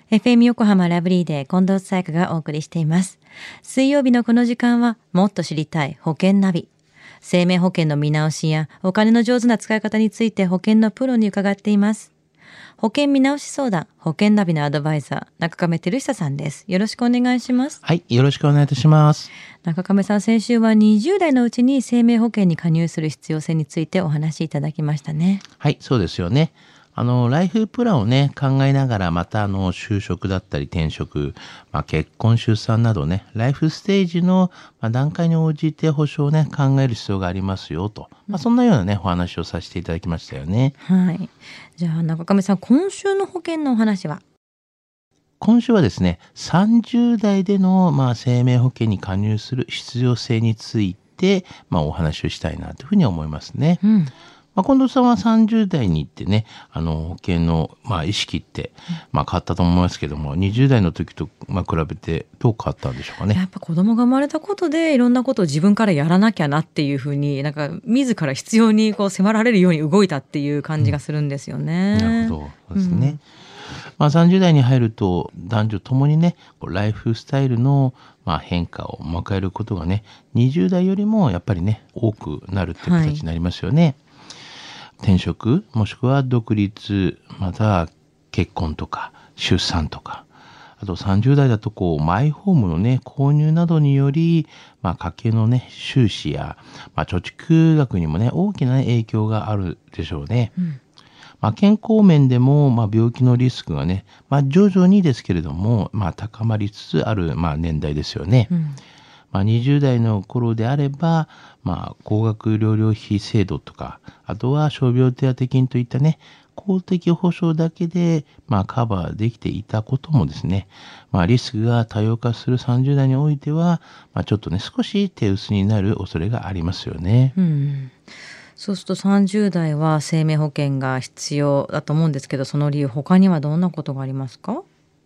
FM 横浜ラブリーで近藤紗友香がお送りしています。水曜日のこの時間はもっと知りたい保険ナビ。生命保険の見直しやお金の上手な使い方について保険のプロに伺っています。保険見直し相談、保険ナビのアドバイザー、中亀照久さんです。よろしくお願いします。 はい、よろしくお願いいたします。 中亀さん、先週は20代のうちに生命保険に加入する必要性についてお話しいただきましたね。 はい、そうですよね。ライフプランをね、考えながら、また就職だったり転職、結婚出産などね、ライフステージの、段階に応じて保障をね、考える必要がありますよと。そんなようなね、お話をさせていただきましたよね。 はい。じゃあ中亀さん、今週の保険のお話は？ 今週はですね、30代での、生命保険に加入する必要性について、お話をしたいなというふうに思いますね。近藤さんは30代に行ってね、保険の、意識って、変わったと思いますけども、20代の時と、比べてどう変わったんでしょうかね。 やっぱ子供が生まれたことでいろんなことを自分からやらなきゃなっていうふうに、自ら必要に迫られるように動いたっていう感じがするんですよね。 なるほど。そうですね。30代に入ると男女ともにね、ライフスタイルの変化を迎えることがね、20代よりもやっぱりね、多くなるっていう形になりますよね。転職もしくは独立、または結婚とか出産とか、あと30代だとマイホームのね購入などにより、家計のね収支や、貯蓄額にもね大きな影響があるでしょうね。健康面でも、病気のリスクがね、徐々にですけれども、高まりつつある、年代ですよね。20代の頃であれば、高額療養費制度とか、あとは傷病手当金といったね、公的保障だけで、カバーできていたこともですね、リスクが多様化する30代においては、ちょっとね、少し手薄になる恐れがありますよね。 そうすると30代は生命保険が必要だと思うんですけど、その理由、他にはどんなことがありますか？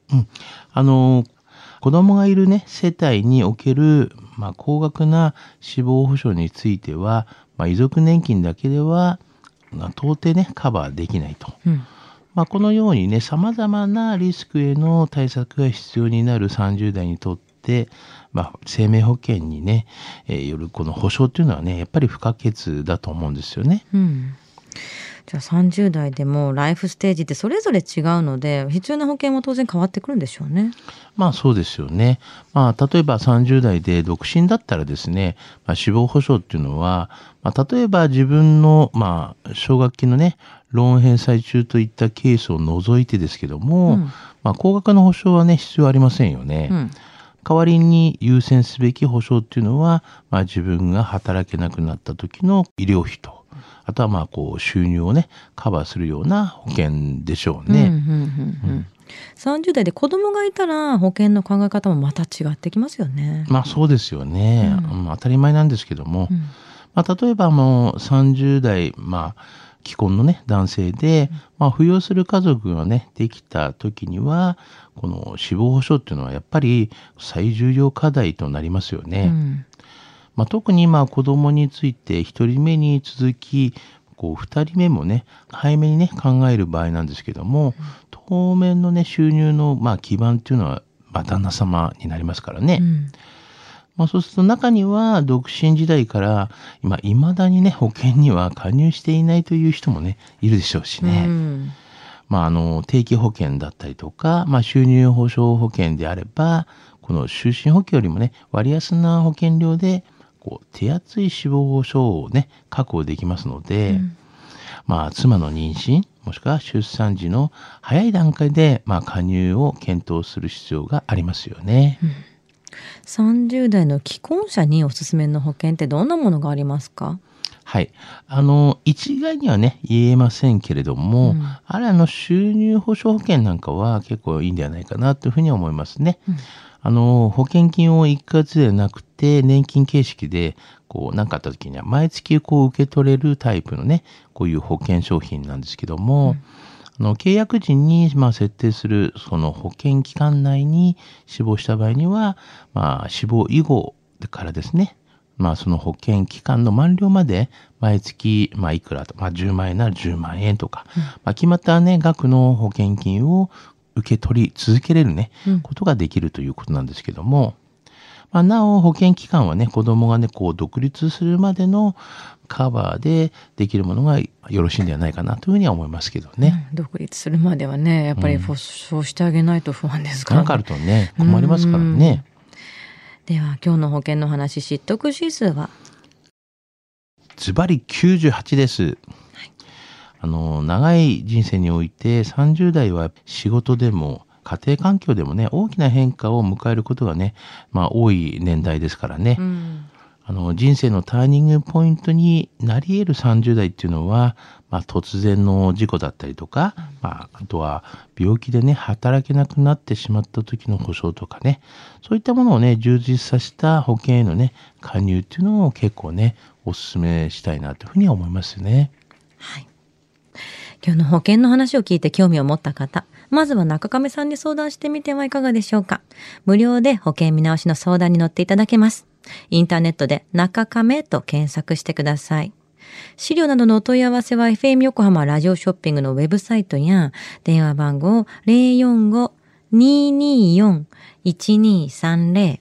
子供がいるね、世帯における、高額な死亡保障については、遺族年金だけでは、到底ね、カバーできないと。このようにね、様々なリスクへの対策が必要になる30代にとって、生命保険にね、よるこの保障っていうのはね、やっぱり不可欠だと思うんですよね。 じゃあ30代でもライフステージってそれぞれ違うので、必要な保険も当然変わってくるんでしょうね。 そうですよね。例えば30代で独身だったらですね、死亡保障っていうのは、例えば自分の、奨学金のね、ローン返済中といったケースを除いてですけども、高額の保障はね、必要ありませんよね。代わりに優先すべき保障っていうのは、自分が働けなくなった時の医療費と、あとは収入をねカバーするような保険でしょうね。 30代で子供がいたら保険の考え方もまた違ってきますよね。 そうですよね。当たり前なんですけども、例えば30代既婚のね男性で、扶養する家族がねできた時には、この死亡保障っていうのはやっぱり最重要課題となりますよね。特に子供について1人目に続き2人目もね早めにね考える場合なんですけども、当面のね収入の基盤っていうのは旦那様になりますからね。そうすると中には独身時代から未だにね保険には加入していないという人もねいるでしょうしね。定期保険だったりとか、収入保障保険であれば、この就寝保険よりもね割安な保険料で手厚い死亡保障をね確保できますので、妻の妊娠もしくは出産時の早い段階で加入を検討する必要がありますよね。 30代の既婚者におすすめの保険ってどんなものがありますか？ はい。一概にはね、言えませんけれども、収入保障保険なんかは結構いいんではないかなというふうに思いますね。保険金を一括でなくて、年金形式で、何かあった時には、毎月受け取れるタイプのね、こういう保険商品なんですけども、契約時に設定するその保険期間内に死亡した場合には、死亡以後からですね、その保険期間の満了まで毎月いくらと、10万円なら10万円とか、決まったね額の保険金を受け取り続けれるね、ことができるということなんですけども、なお保険機関はね、子供がね、独立するまでのカバーでできるものがよろしいんではないかなというふうには思いますけどね。 独立するまではね、やっぱり保証してあげないと不安ですからね。 なんかあるとね、困りますからね。 では、今日の保険の話、知得指数はズバリ98です。長い人生において30代は仕事でも家庭環境でもね、大きな変化を迎えることがね、多い年代ですからね。人生のターニングポイントになり得る30代っていうのは、突然の事故だったりとか、あとは病気でね、働けなくなってしまった時の保障とかね、そういったものをね、充実させた保険へのね、加入っていうのを結構ね、お勧めしたいなというふうには思いますよね。 はい。今日の保険の話を聞いて興味を持った方、まずは中亀さんに相談してみてはいかがでしょうか。無料で保険見直しの相談に乗っていただけます。インターネットで中亀と検索してください。資料などのお問い合わせは FM 横浜ラジオショッピングのウェブサイトや電話番号 045-224-1230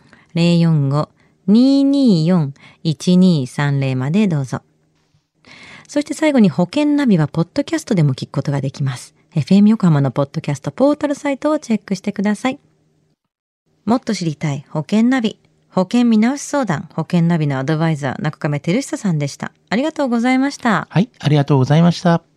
045-224-1230 までどうぞ。そして最後に保険ナビはポッドキャストでも聞くことができます。FM 横浜のポッドキャストポータルサイトをチェックしてください。もっと知りたい保険ナビ、保険見直し相談、保険ナビのアドバイザー中亀照久さんでした。ありがとうございました。 はい、ありがとうございました。